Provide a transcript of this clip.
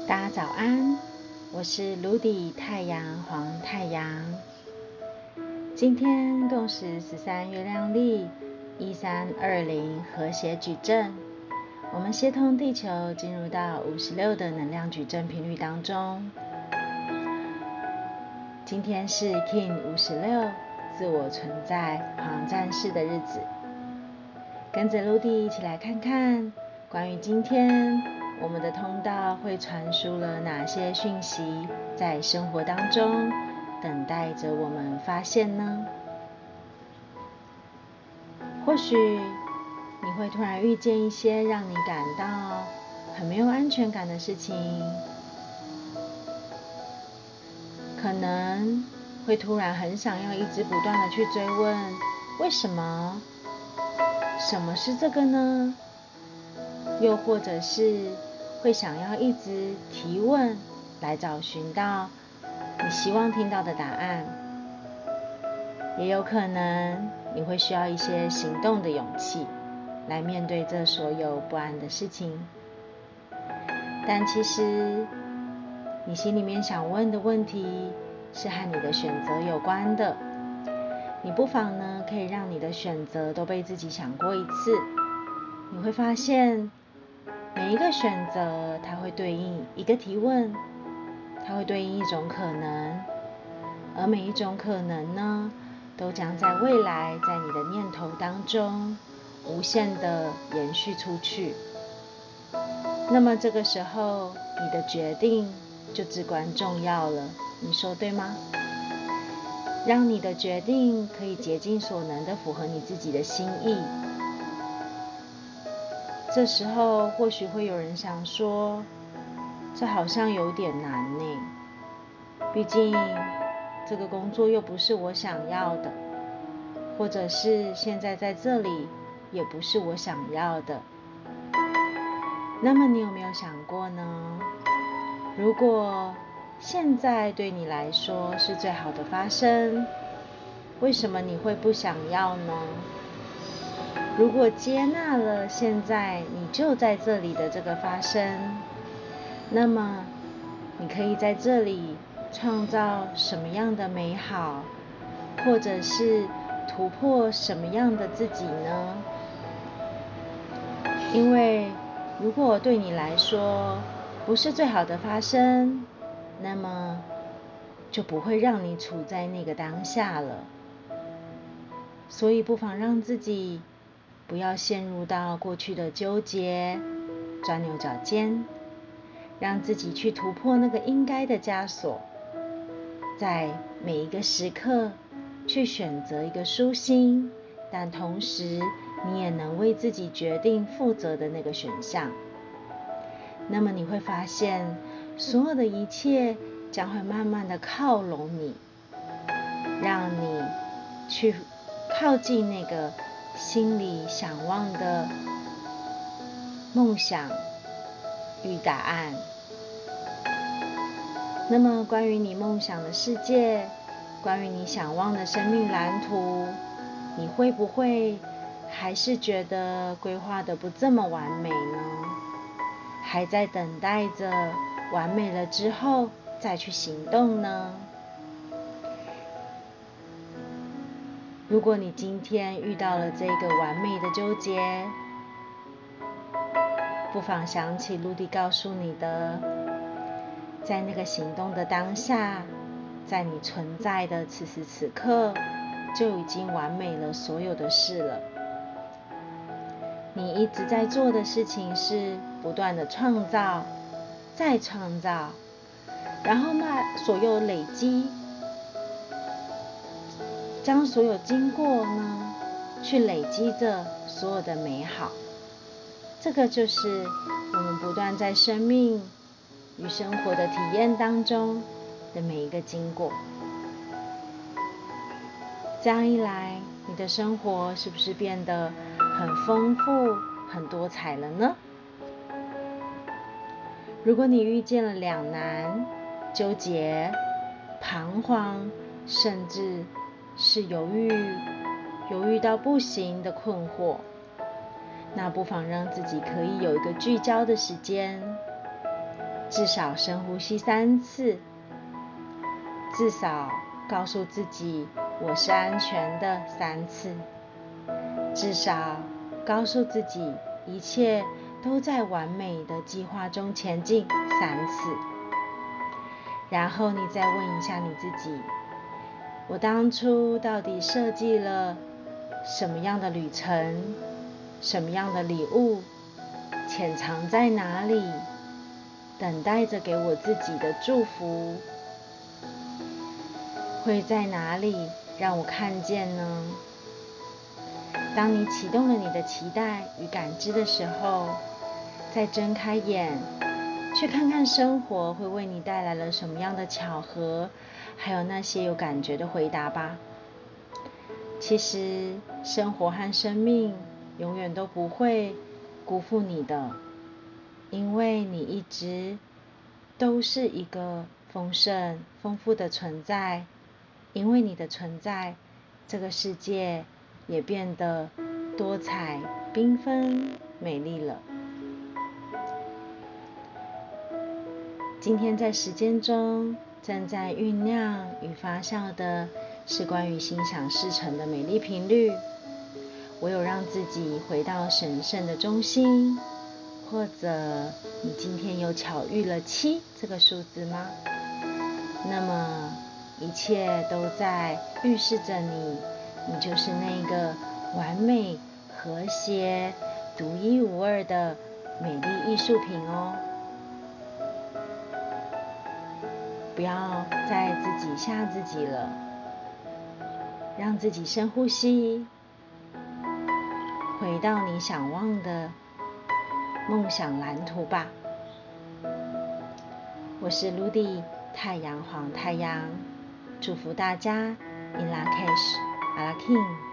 大家早安，我是卢迪太阳黄太阳。今天共识13月亮历1320和谐矩阵，我们协同地球进入到56的能量矩阵频率当中。今天是 King 56自我存在黄战士的日子，跟着卢迪一起来看看关于今天我们的通道会传输了哪些讯息，在生活当中等待着我们发现呢？或许你会突然遇见一些让你感到很没有安全感的事情，可能会突然很想要一直不断的去追问为什么？什么是这个呢？又或者是会想要一直提问来找寻到你希望听到的答案，也有可能你会需要一些行动的勇气来面对这所有不安的事情。但其实你心里面想问的问题是和你的选择有关的，你不妨呢可以让你的选择都被自己想过一次，你会发现每一个选择它会对应一个提问，它会对应一种可能，而每一种可能呢都将在未来在你的念头当中无限的延续出去。那么这个时候你的决定就至关重要了，你说对吗？让你的决定可以竭尽所能的符合你自己的心意。这时候或许会有人想说，这好像有点难呢，毕竟这个工作又不是我想要的，或者是现在在这里也不是我想要的。那么你有没有想过呢？如果现在对你来说是最好的发生，为什么你会不想要呢？如果接纳了现在你就在这里的这个发生，那么你可以在这里创造什么样的美好，或者是突破什么样的自己呢？因为如果对你来说不是最好的发生，那么就不会让你处在那个当下了。所以不妨让自己不要陷入到过去的纠结、钻牛角尖，让自己去突破那个应该的枷锁，在每一个时刻去选择一个舒心，但同时你也能为自己决定负责的那个选项。那么你会发现，所有的一切将会慢慢的靠拢你，让你去靠近那个心里想望的梦想与答案。那么关于你梦想的世界，关于你想望的生命蓝图，你会不会还是觉得规划的不这么完美呢？还在等待着完美了之后再去行动呢？如果你今天遇到了这个完美的纠结，不妨想起陆地告诉你的，在那个行动的当下，在你存在的此时此刻，就已经完美了所有的事了。你一直在做的事情是不断的创造，再创造，然后所有累积，将所有经过呢，去累积着所有的美好。这个就是我们不断在生命与生活的体验当中的每一个经过。这样一来，你的生活是不是变得很丰富、很多彩了呢？如果你遇见了两难、纠结、彷徨，甚至是犹豫到不行的困惑，那不妨让自己可以有一个聚焦的时间， 至少深呼吸3次，至少告诉自己我是安全的3次，至少告诉自己一切都在完美的计划中前进3次。然后你再问一下你自己，我当初到底设计了什么样的旅程，什么样的礼物，潜藏在哪里，等待着给我自己的祝福，会在哪里让我看见呢？当你启动了你的期待与感知的时候，再睁开眼，去看看生活会为你带来了什么样的巧合，还有那些有感觉的回答吧。其实生活和生命永远都不会辜负你的，因为你一直都是一个丰盛丰富的存在，因为你的存在，这个世界也变得多彩缤纷美丽了。今天在时间中正在酝酿与发酵的是关于心想事成的美丽频率。我有让自己回到神圣的中心，或者你今天有巧遇了7这个数字吗？那么一切都在预示着你就是那个完美、和谐、独一无二的美丽艺术品哦。不要再自己吓自己了，让自己深呼吸，回到你想望的梦想蓝图吧。我是 Ludy 太阳黄太阳，祝福大家 In Lak'ech Ala K'in。